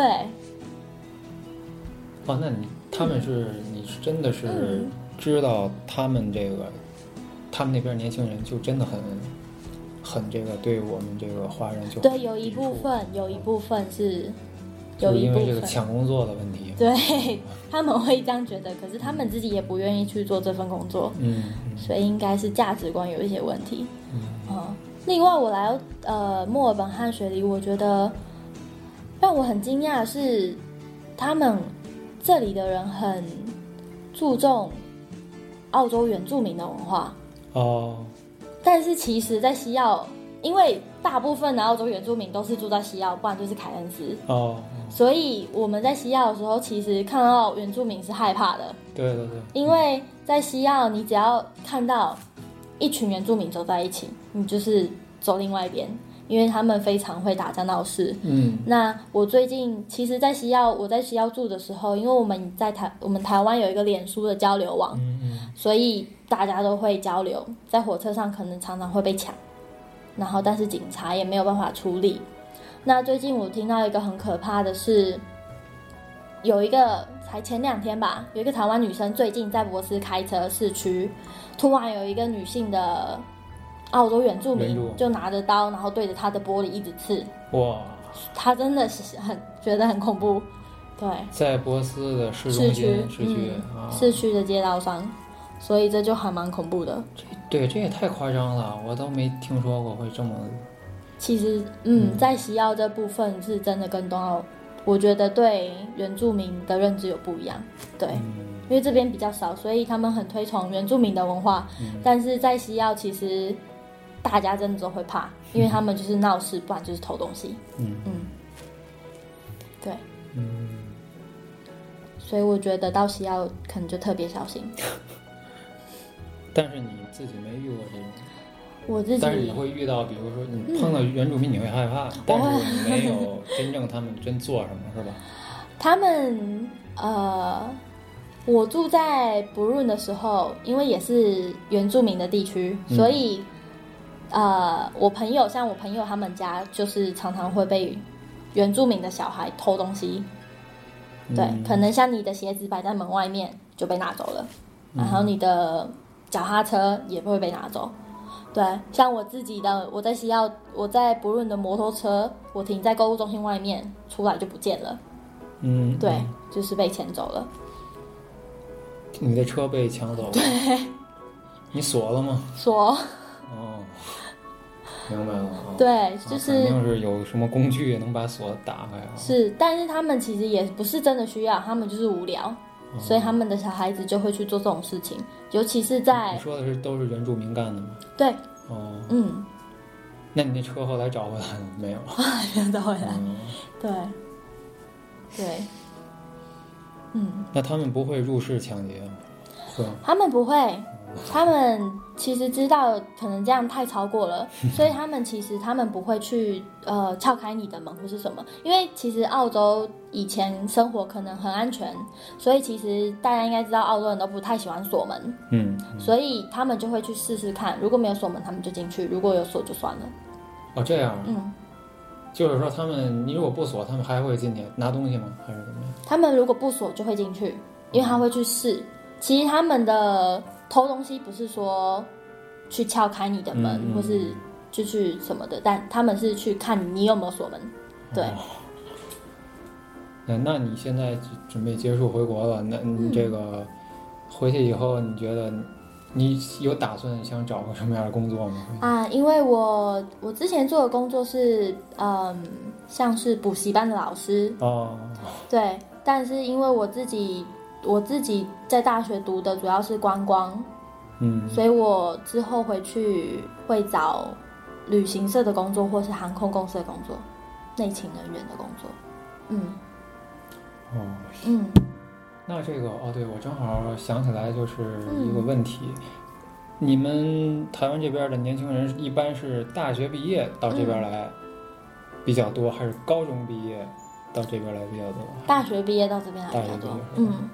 那他们是你真的是知道他们他们那边年轻人就真的很这个对我们这个华人就对，有一部分是有一部分因为这个抢工作的问题。 对，他们会这样觉得，可是他们自己也不愿意去做这份工作。所以应该是价值观有一些问题。另外我来墨尔本和雪梨，我觉得让我很惊讶的是，他们这里的人很注重澳洲原住民的文化。但是其实在西澳，因为大部分的澳洲原住民都是住在西澳，不然就是凯恩斯。所以我们在西澳的时候，其实看到原住民是害怕的。 对。 因为在西澳，你只要看到一群原住民走在一起，你就是走另外一边，因为他们非常会打架闹事。那我最近其实我在西澳住的时候，因为我们台湾有一个脸书的交流网，所以大家都会交流，在火车上可能常常会被抢，然后但是警察也没有办法处理。那最近我听到一个很可怕的是，有一个才前2天吧，有一个台湾女生最近在博斯开车市区，突然有一个女性的澳洲原住民就拿着刀，然后对着她的玻璃一直刺。她真的是觉得很恐怖。对， 在博斯的市区的街道上。 所以这就还蛮恐怖的。 对，这也太夸张了，我都没听说过会这么。 其实，在西澳这部分是真的跟东澳，我觉得对原住民的认知有不一样。对，因为这边比较少，所以他们很推崇原住民的文化。但是在西澳，其实大家真的都会怕，因为他们就是闹事，不然就是偷东西。对。所以我觉得到西澳可能就特别小心。 但是你自己没遇过这种？ 我自己， 但是你会遇到，比如说你碰到原住民你会害怕，但是你没有真正他们真做什么，是吧？ 他们我住在布伦的时候，因为也是原住民的地区，所以我朋友他们家就是常常会被原住民的小孩偷东西。对，可能像你的鞋子摆在门外面就被拿走了，然后你的脚踏车也会被拿走。对，像我自己的，我在西澳，我在布伦的摩托车，我停在购物中心外面，出来就不见了。对，就是被牵走了。 你的车被抢走了？ 对。 你锁了吗？ 锁。 哦，明白了。 对，就是肯定是有什么工具能把锁打开。 是，但是他们其实也不是真的需要，他们就是无聊。所以他们的小孩子就会去做这种事情，尤其是在你说的都是原住民干的吗？ 对。 那你那车后来找回来了没有？ 没有找回来。对。 那他们不会入室抢劫吗？会。 他们不会，他们其实知道可能这样太超过了，所以他们不会去撬开你的门或是什么，因为其实澳洲以前生活可能很安全，所以其实大家应该知道澳洲人都不太喜欢锁门。所以他们就会去试试看，如果没有锁门他们就进去，如果有锁就算了。 这样。就是说你如果不锁，他们还会进去拿东西吗？还是怎么样？他们如果不锁就会进去，因为他会去试。其实他们的偷东西不是说去撬开你的门，或是就去什么的，但他们是去看你有没有锁门。对。 那你现在准备结束回国了，那你这个回去以后，你觉得你有打算想找个什么样的工作吗？ 因为我之前做的工作是像是补习班的老师。对，但是因为我自己在大学读的主要是观光，所以我之后回去会找旅行社的工作，或是航空公司的工作，内勤人员的工作。 那这个对，我正好想起来就是一个问题，你们台湾这边的年轻人一般是大学毕业到这边来比较多，还是高中毕业到这边来比较多？ 大学毕业到这边来比较多。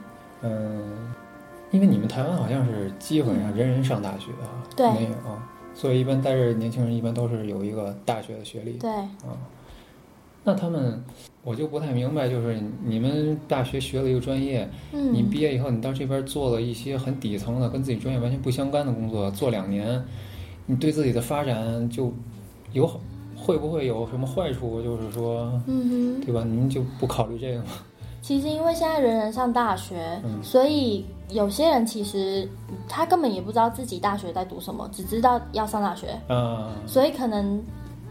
因为你们台湾好像是基本上人人上大学啊。 对。 没有所以一般在这年轻人一般都是有一个大学的学历。 对。 那他们我就不太明白，就是你们大学学了一个专业，你毕业以后你到这边做了一些很底层的跟自己专业完全不相干的工作，做2年，你对自己的发展就会不会有什么坏处？就是说，对吧？你们就不考虑这个吗？ 其实因为现在人人上大学，所以有些人其实他根本也不知道自己大学在读什么，只知道要上大学。所以可能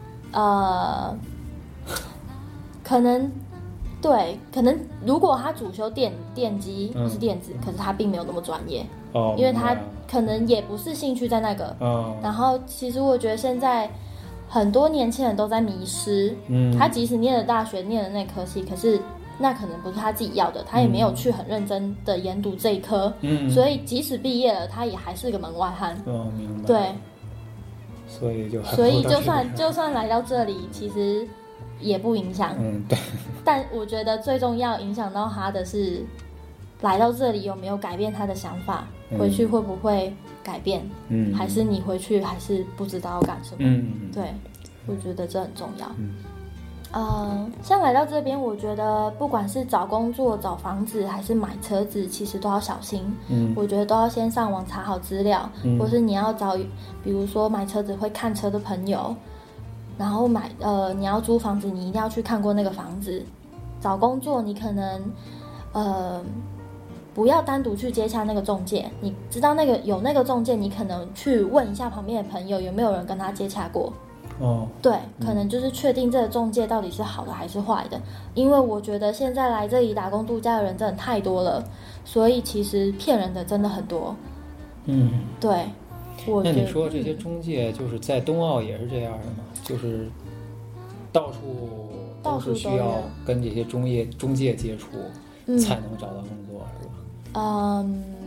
如果他主修电机或是电子，可是他并没有那么专业。因为他可能也不是兴趣在那个。然后其实我觉得现在很多年轻人都在迷失。他即使念了大学，念了那科系，可是那可能不是他自己要的，他也没有去很认真的研读这一科。所以即使毕业了，他也还是个门外汉。 明白。 对。 所以就算来到这里，其实也不影响。 对。 但我觉得最重要影响到他的是，来到这里有没有改变他的想法，回去会不会改变？还是你回去还是不知道要干什么？对，我觉得这很重要。像来到这边，我觉得不管是找工作、找房子还是买车子，其实都要小心。我觉得都要先上网查好资料，或是你要找，比如说买车子会看车的朋友。然后你要租房子，你一定要去看过那个房子。找工作，你可能不要单独去接洽那个中介，你知道有那个中介，你可能去问一下旁边的朋友有没有人跟他接洽过。对，可能就是确定这个中介到底是好的还是坏的，因为我觉得现在来这里打工度假的人真的太多了，所以其实骗人的真的很多。对。 那你说这些中介就是在冬奥也是这样的吗？就是到处都是需要跟这些中介接触，才能找到工作，是吧？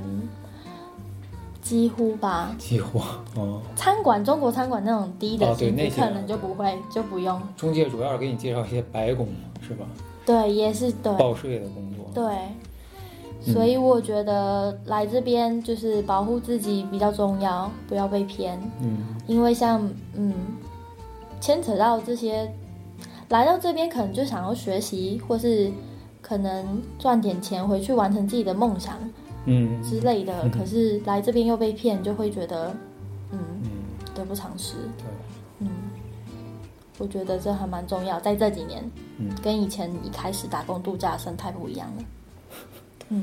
几乎吧。 几乎。 餐馆，中国餐馆那种低的薪资可能就不用。 中介主要是给你介绍一些白工，是吧？ 对，也是对。 报税的工作。 对。所以我觉得来这边就是保护自己比较重要，不要被骗。因为像牵扯到这些，来到这边可能就想要学习，或是可能赚点钱回去完成自己的梦想。之类的，可是来这边又被骗，就会觉得，得不偿失。对，我觉得这还蛮重要，在这几年，跟以前一开始打工度假的生态不一样了。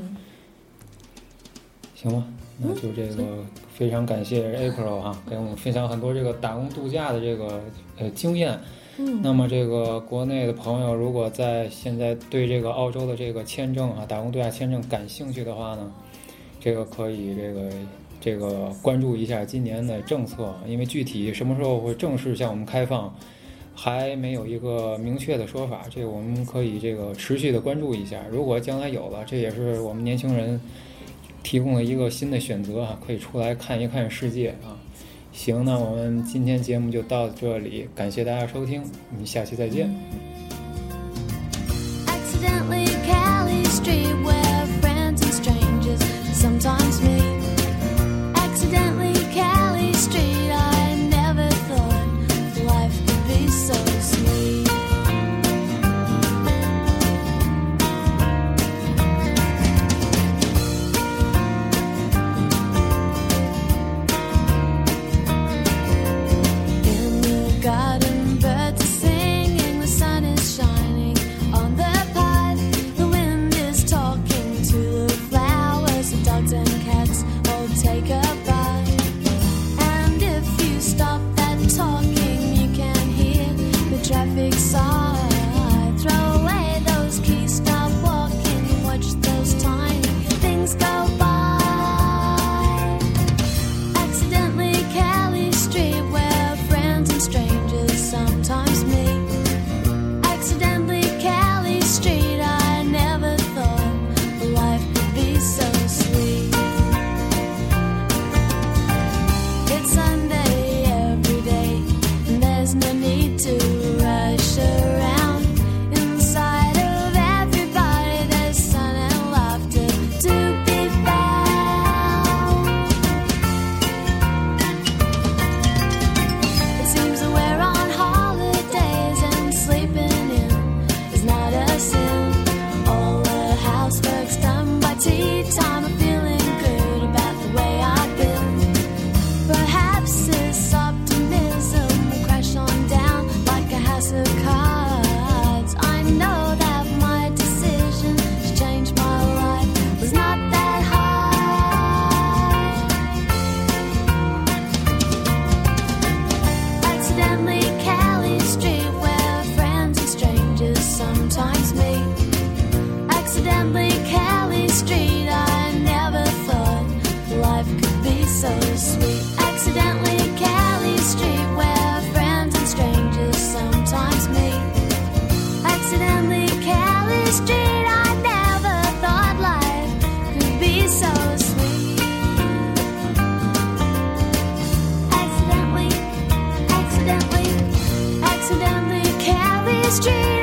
行吧，那就这个非常感谢 April 哈，给我们分享很多这个打工度假的这个经验。那么这个国内的朋友，如果现在对这个澳洲的这个签证啊，打工度假签证感兴趣的话呢，这个可以这个关注一下今年的政策，因为具体什么时候会正式向我们开放，还没有一个明确的说法。这个我们可以这个持续的关注一下。如果将来有了，这也是我们年轻人提供了一个新的选择啊，可以出来看一看世界啊。行，那我们今天节目就到这里，感谢大家收听，我们下期再见。 Street